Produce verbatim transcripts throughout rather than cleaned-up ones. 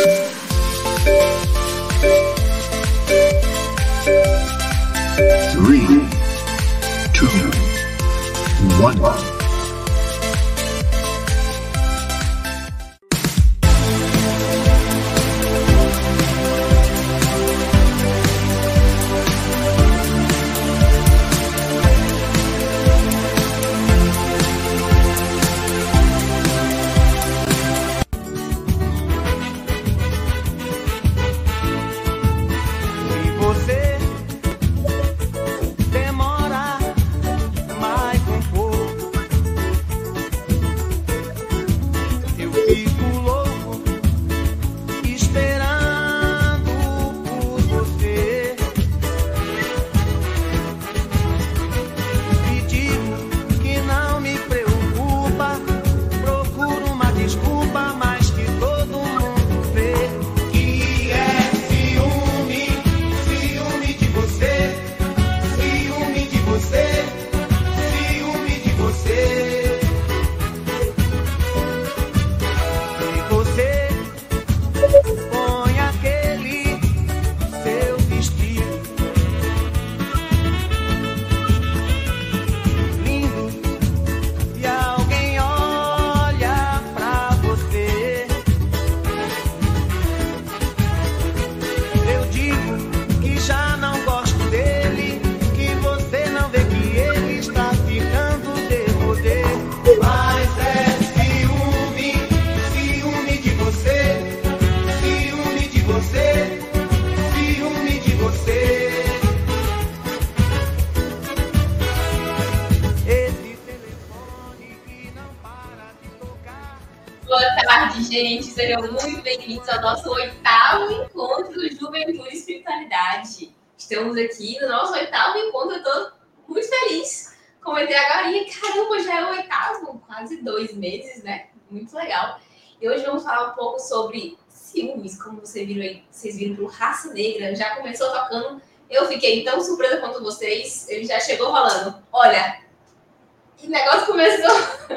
Three, two, one. Gente, sejam muito bem-vindos ao nosso oitavo encontro Juventude e Espiritualidade. Estamos aqui no nosso oitavo encontro, eu estou muito feliz. Comentei agora, caramba, já é o oitavo, quase dois meses, né? Muito legal. E hoje vamos falar um pouco sobre ciúmes, como vocês viram aí, vocês viram pelo Raça Negra, já começou tocando. Eu fiquei tão surpresa quanto vocês, ele já chegou rolando. Olha, que negócio começou...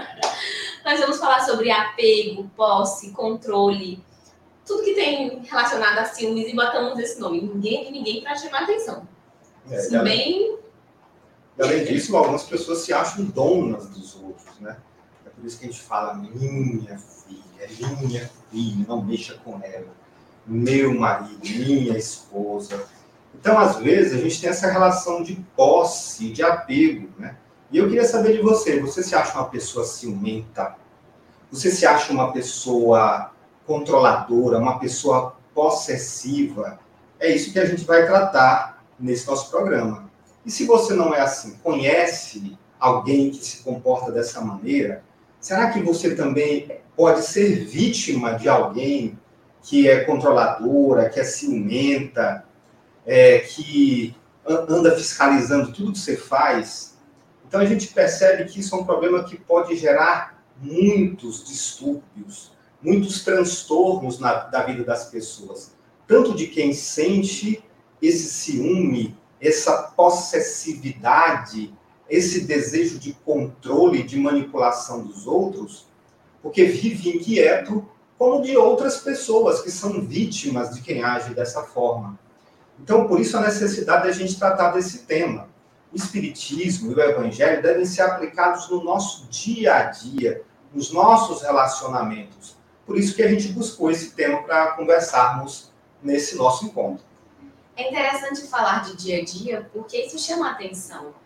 Nós vamos falar sobre apego, posse, controle, tudo que tem relacionado a ciúmes e botamos esse nome. Ninguém de ninguém para chamar atenção. É, Isso bem... Além disso, algumas pessoas se acham donas dos outros, né? É por isso que a gente fala minha filha, minha filha, não mexa com ela. Meu marido, minha esposa. Então, às vezes, a gente tem essa relação de posse, de apego, né? E eu queria saber de você, você se acha uma pessoa ciumenta? Você se acha uma pessoa controladora, uma pessoa possessiva? É isso que a gente vai tratar nesse nosso programa. E se você não é assim, conhece alguém que se comporta dessa maneira, será que você também pode ser vítima de alguém que é controladora, que é ciumenta, é, que anda fiscalizando tudo que você faz? Então, a gente percebe que isso é um problema que pode gerar muitos distúrbios, muitos transtornos na, da vida das pessoas. Tanto de quem sente esse ciúme, essa possessividade, esse desejo de controle, de manipulação dos outros, porque vive inquieto, como de outras pessoas que são vítimas de quem age dessa forma. Então, por isso a necessidade da gente tratar desse tema. O Espiritismo e o Evangelho devem ser aplicados no nosso dia a dia, nos nossos relacionamentos. Por isso que a gente buscou esse tema para conversarmos nesse nosso encontro. É interessante falar de dia a dia, porque isso chama a atenção.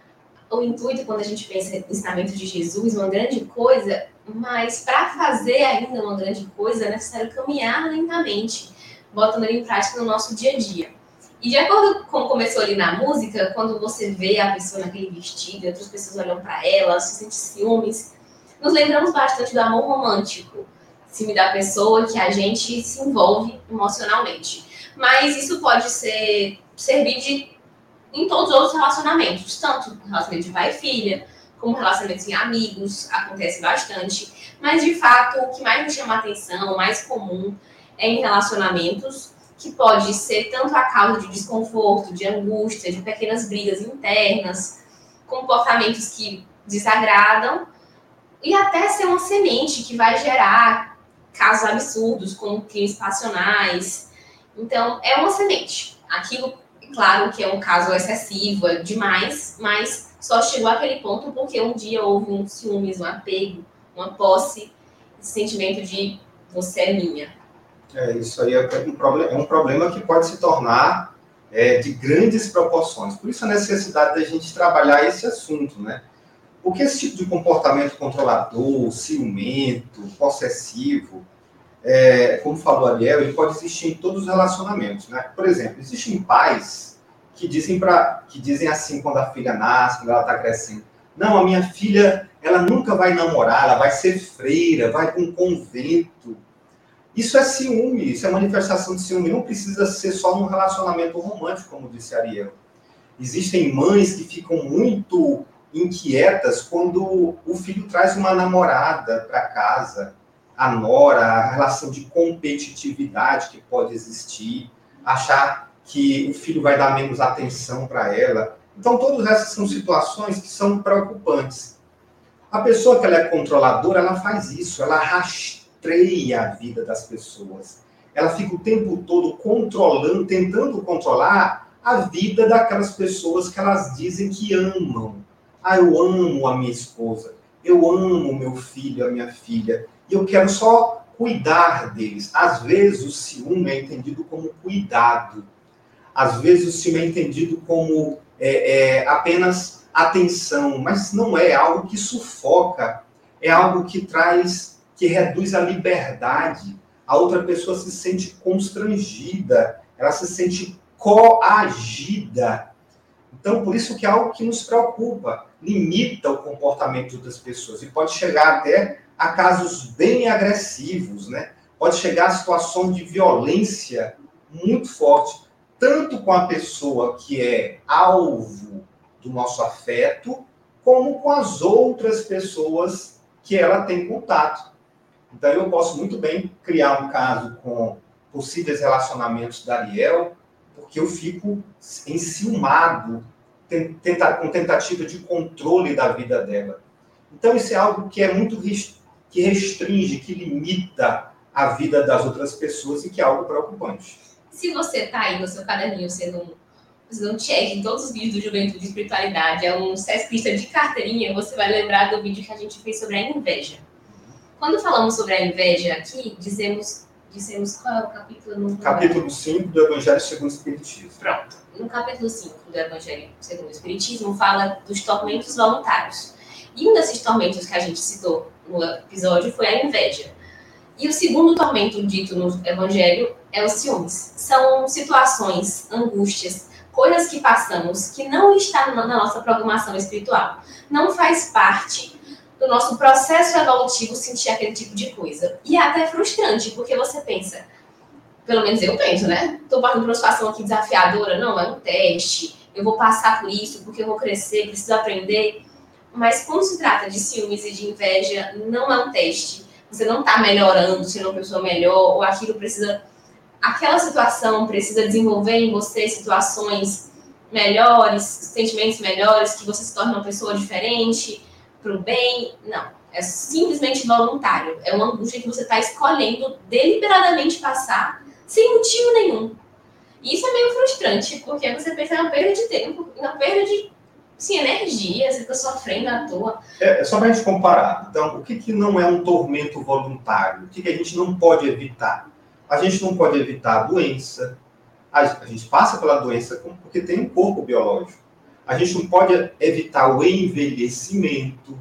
O intuito, quando a gente pensa no ensinamento de Jesus, uma grande coisa, mas para fazer ainda uma grande coisa, é necessário caminhar lentamente, botando ele em prática no nosso dia a dia. E de acordo com como começou ali na música, quando você vê a pessoa naquele vestido e outras pessoas olham para ela, se sente ciúmes, nos lembramos bastante do amor romântico, ciúme da pessoa que a gente se envolve emocionalmente. Mas isso pode ser servir de, em todos os outros relacionamentos, tanto relacionamento de pai e filha, como relacionamentos em amigos, acontece bastante. Mas, de fato, o que mais me chama a atenção, o mais comum, é em relacionamentos que pode ser tanto a causa de desconforto, de angústia, de pequenas brigas internas, comportamentos que desagradam, e até ser uma semente que vai gerar casos absurdos, como crimes passionais. Então, é uma semente. Aquilo, claro que é um caso excessivo, é demais, mas só chegou àquele ponto porque um dia houve um ciúmes, um apego, uma posse, esse sentimento de você é minha. É, isso aí é um problema, é um problema que pode se tornar é, de grandes proporções. Por isso a necessidade da gente trabalhar esse assunto, né? Porque esse tipo de comportamento controlador, ciumento, possessivo, é, como falou a Ariel, ele pode existir em todos os relacionamentos, né? Por exemplo, existem pais que dizem, pra, que dizem assim quando a filha nasce, quando ela está crescendo: não, a minha filha, ela nunca vai namorar, ela vai ser freira, vai para um convento. Isso é ciúme, isso é manifestação de ciúme. Não precisa ser só num relacionamento romântico, como disse a Ariel. Existem mães que ficam muito inquietas quando o filho traz uma namorada para casa, a nora, a relação de competitividade que pode existir, achar que o filho vai dar menos atenção para ela. Então, todas essas são situações que são preocupantes. A pessoa que ela é controladora, ela faz isso, ela rastreia a vida das pessoas. Ela fica o tempo todo controlando, tentando controlar a vida daquelas pessoas que elas dizem que amam. Ah, eu amo a minha esposa, eu amo o meu filho, a minha filha, e eu quero só cuidar deles. Às vezes o ciúme é entendido como cuidado. Às vezes o ciúme é entendido como é, é, apenas atenção, mas não é, é algo que sufoca, é algo que traz, que reduz a liberdade. A outra pessoa se sente constrangida, ela se sente coagida. Então, por isso que é algo que nos preocupa, limita o comportamento das pessoas e pode chegar até a casos bem agressivos, né? Pode chegar a situações de violência muito forte, tanto com a pessoa que é alvo do nosso afeto, como com as outras pessoas que ela tem contato. Então, eu posso muito bem criar um caso com possíveis relacionamentos da Ariel, porque eu fico enciumado, tenta, com tentativa de controle da vida dela. Então, isso é algo que é muito que restringe, que limita a vida das outras pessoas e que é algo preocupante. Se você está aí no seu caderninho sendo um, fazendo um check em todos os vídeos do Juventude e Espiritualidade, é um cesspista de carteirinha, você vai lembrar do vídeo que a gente fez sobre a inveja. Quando falamos sobre a inveja aqui, dizemos... Dissemos qual é o capítulo? No... Capítulo cinco do Evangelho segundo o Espiritismo. Pronto. No capítulo cinco do Evangelho segundo o Espiritismo, fala dos tormentos voluntários. E um desses tormentos que a gente citou no episódio foi a inveja. E o segundo tormento dito no Evangelho é os ciúmes. São situações, angústias, coisas que passamos que não está na nossa programação espiritual. Não faz parte do nosso processo evolutivo sentir aquele tipo de coisa. E é até frustrante, porque você pensa, pelo menos eu penso, né? Estou passando por uma situação aqui desafiadora, não, é um teste, eu vou passar por isso, porque eu vou crescer, preciso aprender. Mas quando se trata de ciúmes e de inveja, não é um teste. Você não está melhorando, sendo uma pessoa melhor, ou aquilo precisa... Aquela situação precisa desenvolver em você situações melhores, sentimentos melhores, que você se torne uma pessoa diferente, para o bem. Não, é simplesmente voluntário. É uma angústia que você está escolhendo deliberadamente passar sem motivo nenhum. E isso é meio frustrante, porque você pensa na perda de tempo, na perda de sim, energia, você está sofrendo à toa. É, é só para a gente comparar. Então, o que, que não é um tormento voluntário? O que, que a gente não pode evitar? A gente não pode evitar a doença. A, a gente passa pela doença porque tem um corpo biológico. A gente não pode evitar o envelhecimento,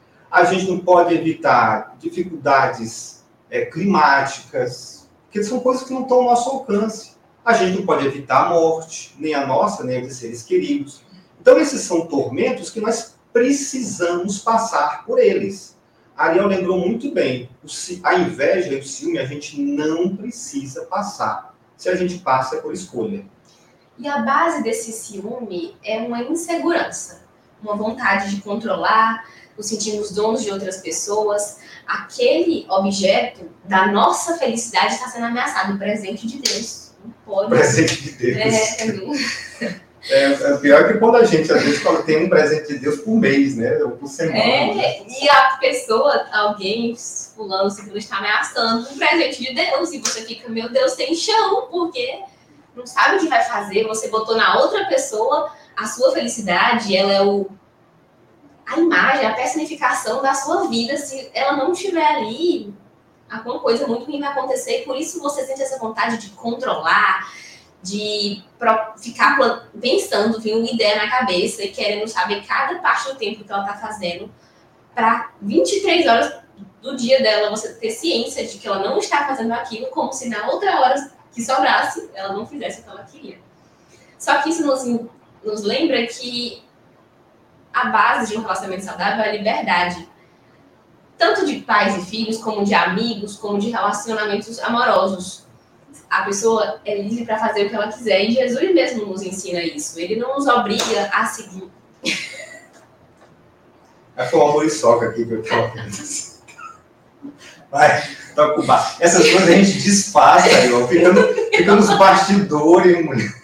a gente não pode evitar dificuldades é, climáticas, porque são coisas que não estão ao nosso alcance. A gente não pode evitar a morte, nem a nossa, nem a de seres queridos. Então, esses são tormentos que nós precisamos passar por eles. A Ariel lembrou muito bem, a inveja e o ciúme a gente não precisa passar. Se a gente passa, é por escolha. E a base desse ciúme é uma insegurança, uma vontade de controlar, nos sentirmos donos de outras pessoas. Aquele objeto da nossa felicidade está sendo ameaçado, o presente de Deus. Não pode. Presente de Deus. É, É, é pior que quando a gente, às vezes, fala, tem um presente de Deus por mês, né? Ou por semana. É, né? e a pessoa, alguém, fulano, ciclo, está ameaçando um presente de Deus. E você fica, meu Deus, tem chão, porque não sabe o que vai fazer. Você botou na outra pessoa a sua felicidade, ela é o, a imagem, a personificação da sua vida. Se ela não estiver ali, alguma coisa muito ruim vai acontecer. E por isso você sente essa vontade de controlar, de ficar pensando, vir uma ideia na cabeça e querendo saber cada parte do tempo que ela está fazendo, para vinte e três horas do dia dela você ter ciência de que ela não está fazendo aquilo, como se na outra hora que sobrasse, ela não fizesse o que ela queria. Só que isso nos, nos lembra que a base de um relacionamento saudável é a liberdade. Tanto de pais e filhos, como de amigos, como de relacionamentos amorosos. A pessoa é livre para fazer o que ela quiser. E Jesus mesmo nos ensina isso. Ele não nos obriga a seguir. Vai foi uma muriçoca aqui que eu tô. Vai, toca o bar. Essas coisas a gente disfarça, irmão. Fica, no, fica nos bastidores, mulher.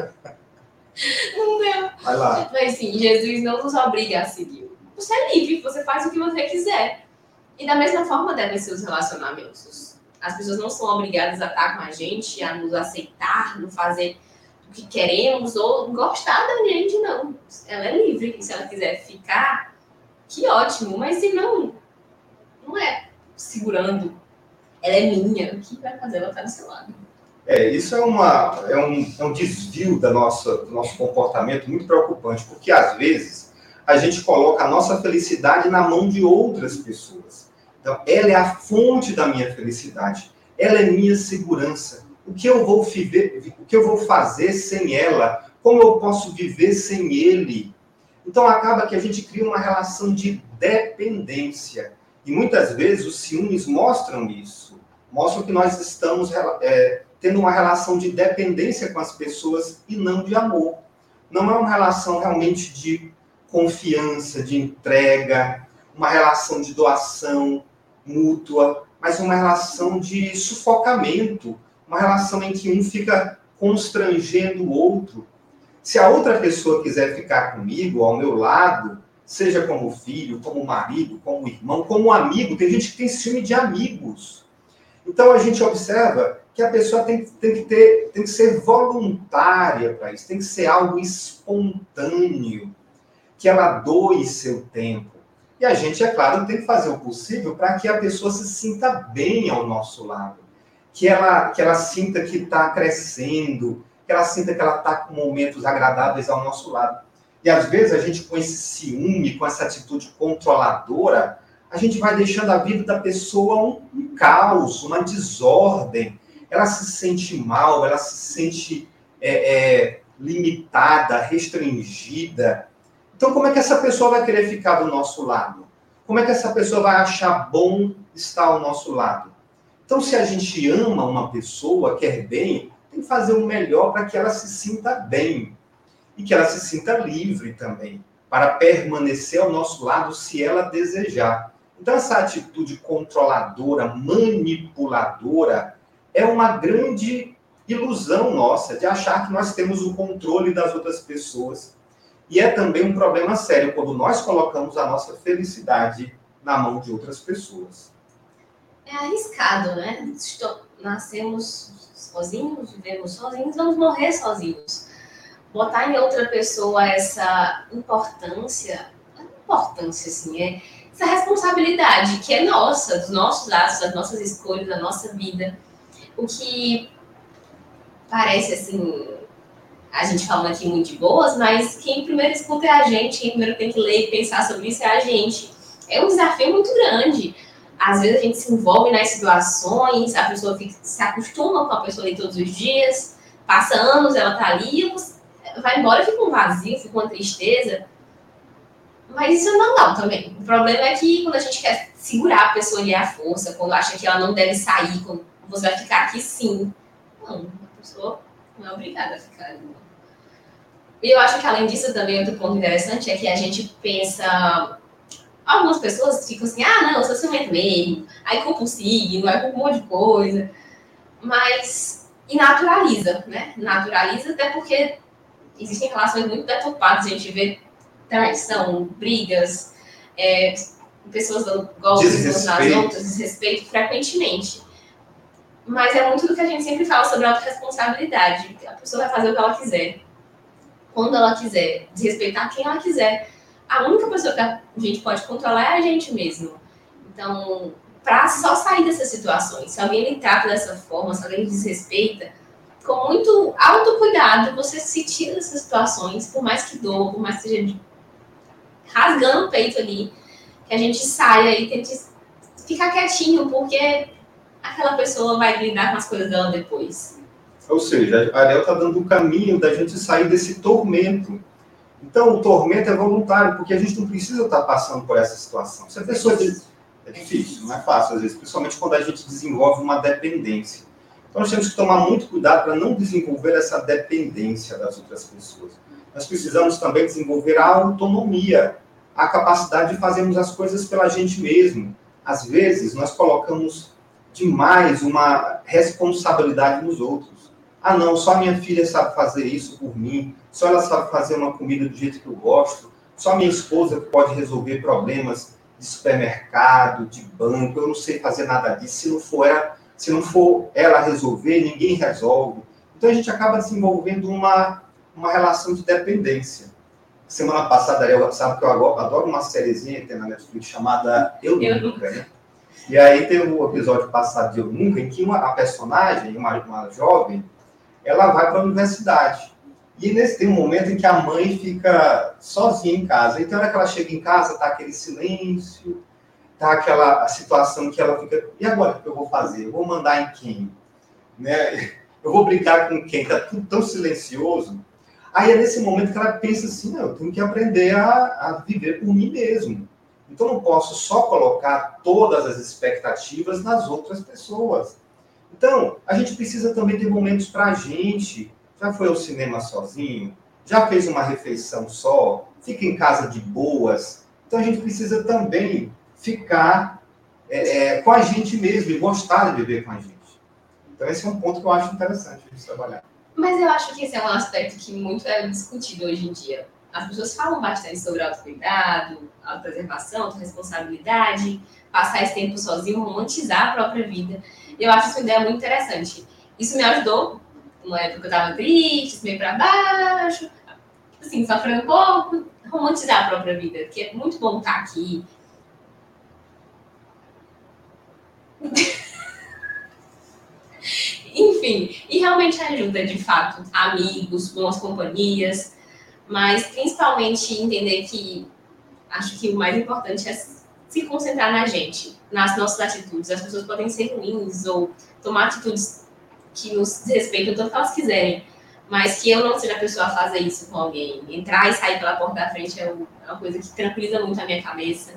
Não deu. Vai lá. Mas sim, Jesus não nos obriga a seguir. Você é livre, você faz o que você quiser. E da mesma forma devem ser os relacionamentos. As pessoas não são obrigadas a estar com a gente, a nos aceitar, não fazer o que queremos ou gostar da gente, não. Ela é livre. E se ela quiser ficar, que ótimo. Mas se não, não é segurando, ela é minha, o que vai fazer? Ela está do seu lado. É, isso é, uma, é, um, é um desvio da nossa, do nosso comportamento muito preocupante, porque às vezes a gente coloca a nossa felicidade na mão de outras pessoas. Então, ela é a fonte da minha felicidade. Ela é minha segurança. O que eu vou viver, o que eu vou fazer sem ela? Como eu posso viver sem ele? Então, acaba que a gente cria uma relação de dependência. E muitas vezes os ciúmes mostram isso. Mostram que nós estamos é, tendo uma relação de dependência com as pessoas e não de amor. Não é uma relação realmente de confiança, de entrega, uma relação de doação mútua, mas uma relação de sufocamento, uma relação em que um fica constrangendo o outro. Se a outra pessoa quiser ficar comigo, ao meu lado, seja como filho, como marido, como irmão, como amigo, tem gente que tem ciúme de amigos. Então a gente observa que a pessoa tem, tem, que, ter, tem que ser voluntária para isso, tem que ser algo espontâneo, que ela doe seu tempo. E a gente, é claro, tem que fazer o possível para que a pessoa se sinta bem ao nosso lado. Que ela, que ela sinta que está crescendo, que ela sinta que ela está com momentos agradáveis ao nosso lado. E às vezes a gente, com esse ciúme, com essa atitude controladora, a gente vai deixando a vida da pessoa um, um caos, uma desordem. Ela se sente mal, ela se sente é, é, limitada, restringida. Então, como é que essa pessoa vai querer ficar do nosso lado? Como é que essa pessoa vai achar bom estar ao nosso lado? Então, se a gente ama uma pessoa, quer bem, tem que fazer o melhor para que ela se sinta bem. E que ela se sinta livre também, para permanecer ao nosso lado se ela desejar. Então, essa atitude controladora, manipuladora, é uma grande ilusão nossa de achar que nós temos o controle das outras pessoas. E é também um problema sério quando nós colocamos a nossa felicidade na mão de outras pessoas. É arriscado, né? Nascemos sozinhos, vivemos sozinhos, vamos morrer sozinhos. Botar em outra pessoa essa importância, importância assim, é essa responsabilidade que é nossa, dos nossos atos, das nossas escolhas, da nossa vida. O que parece assim, a gente falando aqui muito de boas, mas quem primeiro escuta é a gente, quem primeiro tem que ler e pensar sobre isso é a gente. É um desafio muito grande. Às vezes a gente se envolve nas situações, a pessoa fica, se acostuma com a pessoa ali todos os dias, passa anos, ela tá ali, vai embora, fica um vazio, fica uma tristeza. Mas isso é normal também. O problema é que quando a gente quer segurar a pessoa ali à força, quando acha que ela não deve sair, quando você vai ficar aqui sim. Não, a pessoa não é obrigada a ficar ali. E eu acho que além disso também outro ponto interessante é que a gente pensa... Algumas pessoas ficam assim, ah, não, eu sou ciumento mesmo, aí culpa o signo, aí culpa um monte de coisa. Mas... E naturaliza, né? Naturaliza até porque existem relações muito deturpadas, a gente vê traição, brigas, é, pessoas dando golpes umas nas outras, desrespeito frequentemente. Mas é muito do que a gente sempre fala sobre autorresponsabilidade. A pessoa vai fazer o que ela quiser, quando ela quiser, desrespeitar quem ela quiser. A única pessoa que a gente pode controlar é a gente mesmo. Então, para só sair dessas situações, se alguém lhe trata dessa forma, se alguém lhe desrespeita, com muito autocuidado, você se tira dessas situações, por mais que doa, por mais que seja rasgando o peito ali, que a gente saia e tente ficar quietinho, porque aquela pessoa vai lidar com as coisas dela depois. Ou seja, a Ariel está dando o caminho da gente sair desse tormento. Então, o tormento é voluntário, porque a gente não precisa estar passando por essa situação. Se a pessoa diz, é difícil, não é fácil às vezes, principalmente quando a gente desenvolve uma dependência. Então, nós temos que tomar muito cuidado para não desenvolver essa dependência das outras pessoas. Nós precisamos também desenvolver a autonomia, a capacidade de fazermos as coisas pela gente mesmo. Às vezes, nós colocamos demais uma responsabilidade nos outros. Ah, não, só minha filha sabe fazer isso por mim, só ela sabe fazer uma comida do jeito que eu gosto, só minha esposa pode resolver problemas de supermercado, de banco, eu não sei fazer nada disso, se não for ela, se não for ela resolver, ninguém resolve. Então a gente acaba desenvolvendo uma, uma relação de dependência. Semana passada, eu sabe que eu adoro uma sériezinha que tem na Netflix chamada Eu Nunca, né? E aí teve o um episódio passado de Eu Nunca, em que uma, a personagem, uma, uma jovem, ela vai para a universidade. E nesse, tem um momento em que a mãe fica sozinha em casa. Então, na hora que ela chega em casa, está aquele silêncio, está aquela a situação que ela fica... E agora o que eu vou fazer? Eu vou mandar em quem? Né? Eu vou brincar com quem? Está tudo tão silencioso. Aí é nesse momento que ela pensa assim, não, eu tenho que aprender a, a viver por mim mesmo. Então, não posso só colocar todas as expectativas nas outras pessoas. Então, a gente precisa também ter momentos para a gente. Já foi ao cinema sozinho? Já fez uma refeição só? Fica em casa de boas? Então, a gente precisa também ficar é, é, com a gente mesmo e gostar de viver com a gente. Então, esse é um ponto que eu acho interessante de trabalhar. Mas eu acho que esse é um aspecto que muito é discutido hoje em dia. As pessoas falam bastante sobre autocuidado, autopreservação, autorresponsabilidade, passar esse tempo sozinho, romantizar a própria vida. Eu acho essa ideia muito interessante. Isso me ajudou numa época que eu estava triste, meio para baixo, assim, sofrendo um pouco, romantizar a própria vida, que é muito bom estar aqui. Enfim, e realmente ajuda, de fato, amigos, boas companhias, mas principalmente entender que acho que o mais importante é se concentrar na gente, nas nossas atitudes. As pessoas podem ser ruins ou tomar atitudes que nos desrespeitam tanto que elas quiserem, mas que eu não seja a pessoa a fazer isso com alguém. Entrar e sair pela porta da frente é uma coisa que tranquiliza muito a minha cabeça.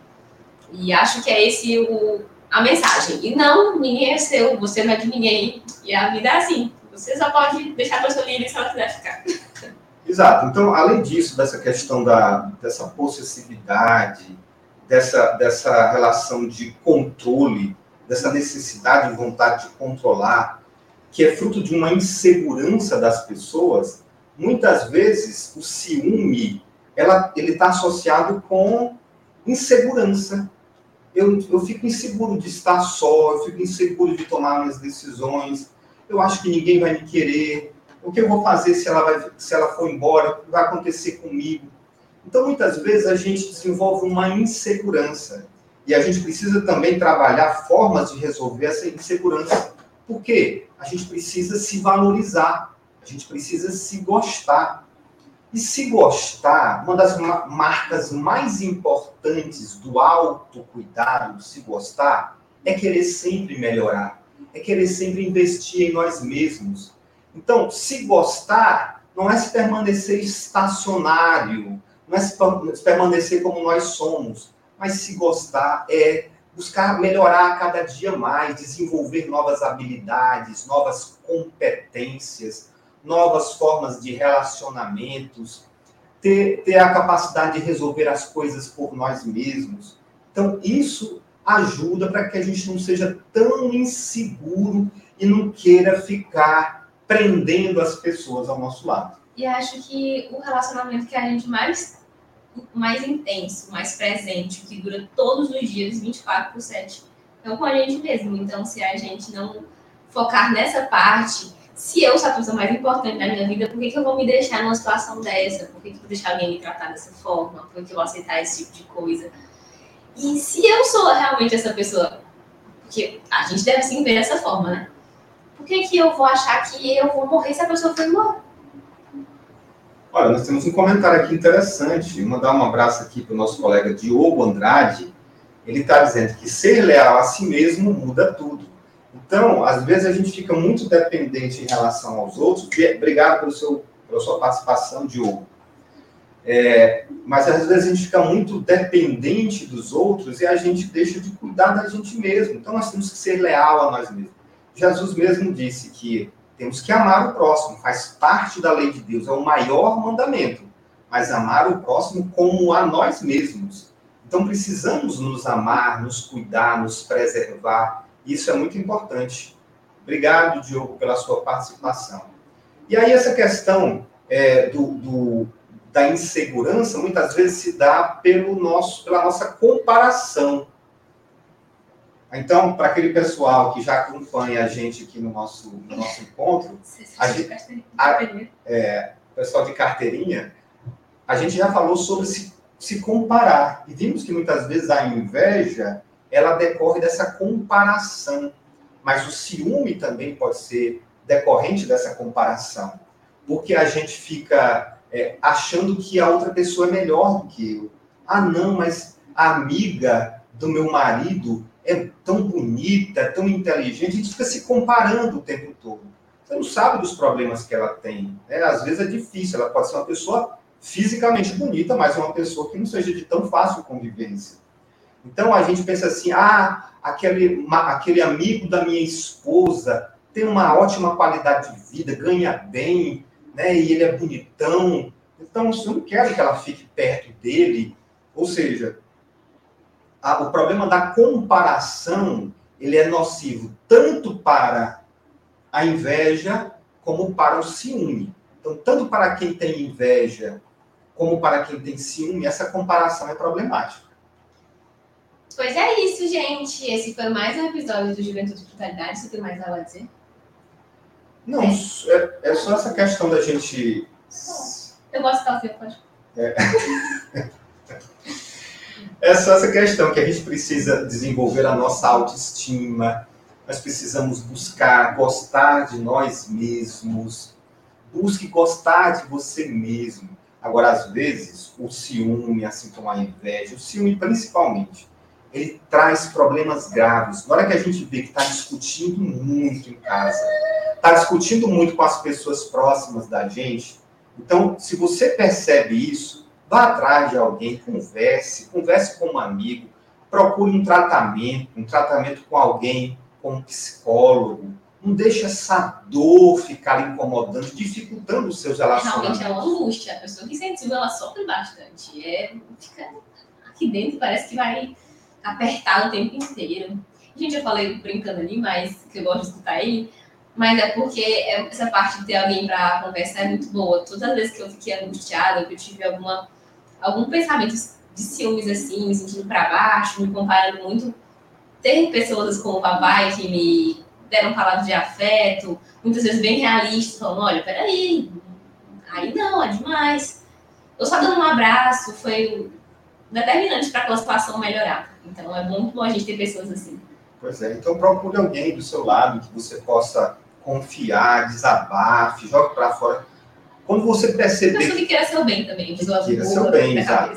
E acho que é esse o, a mensagem. E não, ninguém é seu, você não é de ninguém. E a vida é assim. Você só pode deixar a pessoa livre se ela quiser ficar. Exato. Então, além disso, dessa questão da, dessa possessividade, dessa, dessa relação de controle, dessa necessidade e vontade de controlar, que é fruto de uma insegurança das pessoas, muitas vezes o ciúme ela, ele está associado com insegurança. Eu, eu fico inseguro de estar só, eu fico inseguro de tomar minhas decisões, eu acho que ninguém vai me querer, o que eu vou fazer se ela, vai, se ela for embora, o que vai acontecer comigo? Então, muitas vezes, a gente desenvolve uma insegurança. E a gente precisa também trabalhar formas de resolver essa insegurança. Por quê? A gente precisa se valorizar. A gente precisa se gostar. E se gostar, uma das marcas mais importantes do autocuidado, se gostar, é querer sempre melhorar. É querer sempre investir em nós mesmos. Então, se gostar, não é se permanecer estacionário, não é se permanecer como nós somos, mas se gostar é buscar melhorar a cada dia mais, desenvolver novas habilidades, novas competências, novas formas de relacionamentos, ter, ter a capacidade de resolver as coisas por nós mesmos. Então, isso ajuda para que a gente não seja tão inseguro e não queira ficar prendendo as pessoas ao nosso lado. E acho que o relacionamento que a gente mais, mais intenso, mais presente, que dura todos os dias, vinte e quatro por sete, é com a gente mesmo. Então, se a gente não focar nessa parte, se eu sou a pessoa mais importante da minha vida, por que, que eu vou me deixar numa situação dessa? Por que, que eu vou deixar alguém me tratar dessa forma? Por que, que eu vou aceitar esse tipo de coisa? E se eu sou realmente essa pessoa, porque a gente deve sim ver dessa forma, né? Por que, que eu vou achar que eu vou morrer se a pessoa for embora? Olha, nós temos um comentário aqui interessante. Vou mandar um abraço aqui para o nosso colega Diogo Andrade. Ele está dizendo que ser leal a si mesmo muda tudo. Então, às vezes a gente fica muito dependente em relação aos outros. Obrigado pelo seu, pela sua participação, Diogo. É, mas às vezes a gente fica muito dependente dos outros e a gente deixa de cuidar da gente mesmo. Então, nós temos que ser leal a nós mesmos. Jesus mesmo disse que temos que amar o próximo, faz parte da lei de Deus, é o maior mandamento. Mas amar o próximo como a nós mesmos. Então precisamos nos amar, nos cuidar, nos preservar. Isso é muito importante. Obrigado, Diogo, pela sua participação. E aí essa questão é, do, do, da insegurança, muitas vezes se dá pelo nosso, pela nossa comparação. Então, para aquele pessoal que já acompanha a gente aqui no nosso, no nosso encontro, a gente, a, é, pessoal de carteirinha, a gente já falou sobre se, se comparar. E vimos que muitas vezes a inveja, ela decorre dessa comparação. Mas o ciúme também pode ser decorrente dessa comparação. Porque a gente fica é, achando que a outra pessoa é melhor do que eu. Ah, não, mas a amiga do meu marido é tão bonita, é tão inteligente, a gente fica se comparando o tempo todo. Você não sabe dos problemas que ela tem. Né? Às vezes é difícil, ela pode ser uma pessoa fisicamente bonita, mas uma pessoa que não seja de tão fácil convivência. Então a gente pensa assim, ah, aquele, uma, aquele amigo da minha esposa tem uma ótima qualidade de vida, ganha bem, né? E ele é bonitão, então eu não quero que ela fique perto dele. Ou seja, a, o problema da comparação, ele é nocivo tanto para a inveja como para o ciúme. Então, tanto para quem tem inveja como para quem tem ciúme, essa comparação é problemática. Pois é isso, gente. Esse foi mais um episódio do Juventude e Brutalidade. Você tem mais algo a dizer? Não, é, é só essa questão da gente... Eu gosto de café, pode. É. É só essa questão que a gente precisa desenvolver a nossa autoestima. Nós precisamos buscar, gostar de nós mesmos. Busque gostar de você mesmo. Agora, às vezes, o ciúme, assim como a inveja, o ciúme principalmente, ele traz problemas graves. Na hora que a gente vê que está discutindo muito em casa, está discutindo muito com as pessoas próximas da gente, então, se você percebe isso, vá atrás de alguém, converse, converse com um amigo, procure um tratamento, um tratamento com alguém, com um psicólogo. Não deixe essa dor ficar incomodando, dificultando os seus relacionamentos. Realmente é uma angústia. A pessoa que sente ciúme, ela sofre bastante. É, fica aqui dentro, parece que vai apertar o tempo inteiro. Gente, eu falei brincando ali, mas que eu gosto de escutar ele, mas é porque essa parte de ter alguém para conversar é muito boa. Todas as vezes que eu fiquei angustiada, que eu tive alguma, algum pensamento de ciúmes assim, me sentindo para baixo, me comparando muito, ter pessoas como o papai que me deram palavras de afeto, muitas vezes bem realistas, falando, olha, peraí, aí não, é demais. Eu só dando um abraço foi determinante para aquela situação melhorar. Então é muito bom a gente ter pessoas assim. Pois é, então procure alguém do seu lado que você possa confiar, desabafe, jogue para fora. Quando você perceber... Pessoa que queira seu bem também. Que queira seu bem, exato.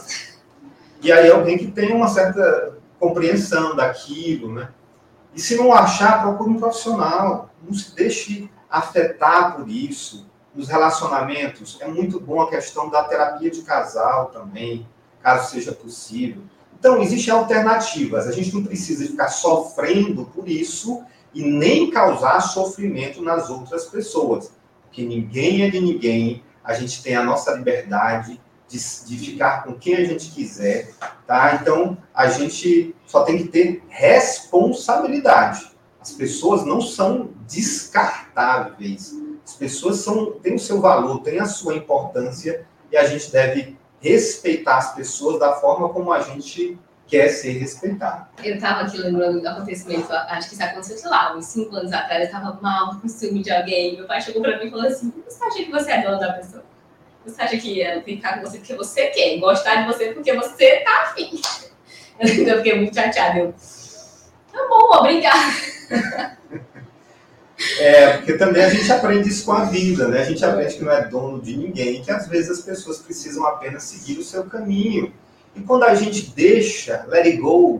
E aí alguém que tenha uma certa compreensão daquilo, né? E se não achar, procure um profissional. Não se deixe afetar por isso. Nos relacionamentos, é muito bom a questão da terapia de casal também, caso seja possível. Então, existem alternativas. A gente não precisa ficar sofrendo por isso e nem causar sofrimento nas outras pessoas. Porque ninguém é de ninguém. A gente tem a nossa liberdade de, de ficar com quem a gente quiser, tá? Então, a gente só tem que ter responsabilidade. As pessoas não são descartáveis. As pessoas são, têm o seu valor, têm a sua importância e a gente deve respeitar as pessoas da forma como a gente quer ser respeitado. Eu estava aqui lembrando do acontecimento, acho que isso aconteceu, sei lá, uns cinco anos atrás, eu estava mal com ciúme de alguém, meu pai chegou para mim e falou assim, você acha que você é dona da pessoa? Você acha que ia ficar com você porque você quer, gostar de você porque você tá afim? Eu fiquei muito chateada, eu, tá bom, obrigada. É, porque também a gente aprende isso com a vida, né? A gente aprende que não é dono de ninguém, que às vezes as pessoas precisam apenas seguir o seu caminho. E quando a gente deixa, let it go,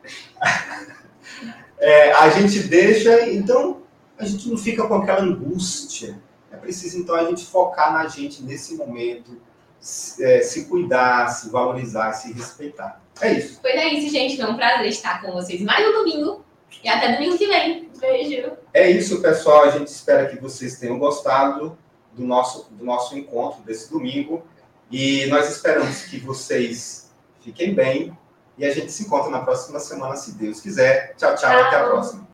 é, a gente deixa, então a gente não fica com aquela angústia. É preciso, então, a gente focar na gente nesse momento, se, é, se cuidar, se valorizar, se respeitar. É isso. Pois é isso, gente. Foi um prazer estar com vocês mais um domingo. E até domingo que vem. Beijo. É isso, pessoal. A gente espera que vocês tenham gostado do nosso, do nosso encontro desse domingo. E nós esperamos que vocês fiquem bem. E a gente se encontra na próxima semana, se Deus quiser. Tchau, tchau. Tchau. Até a próxima.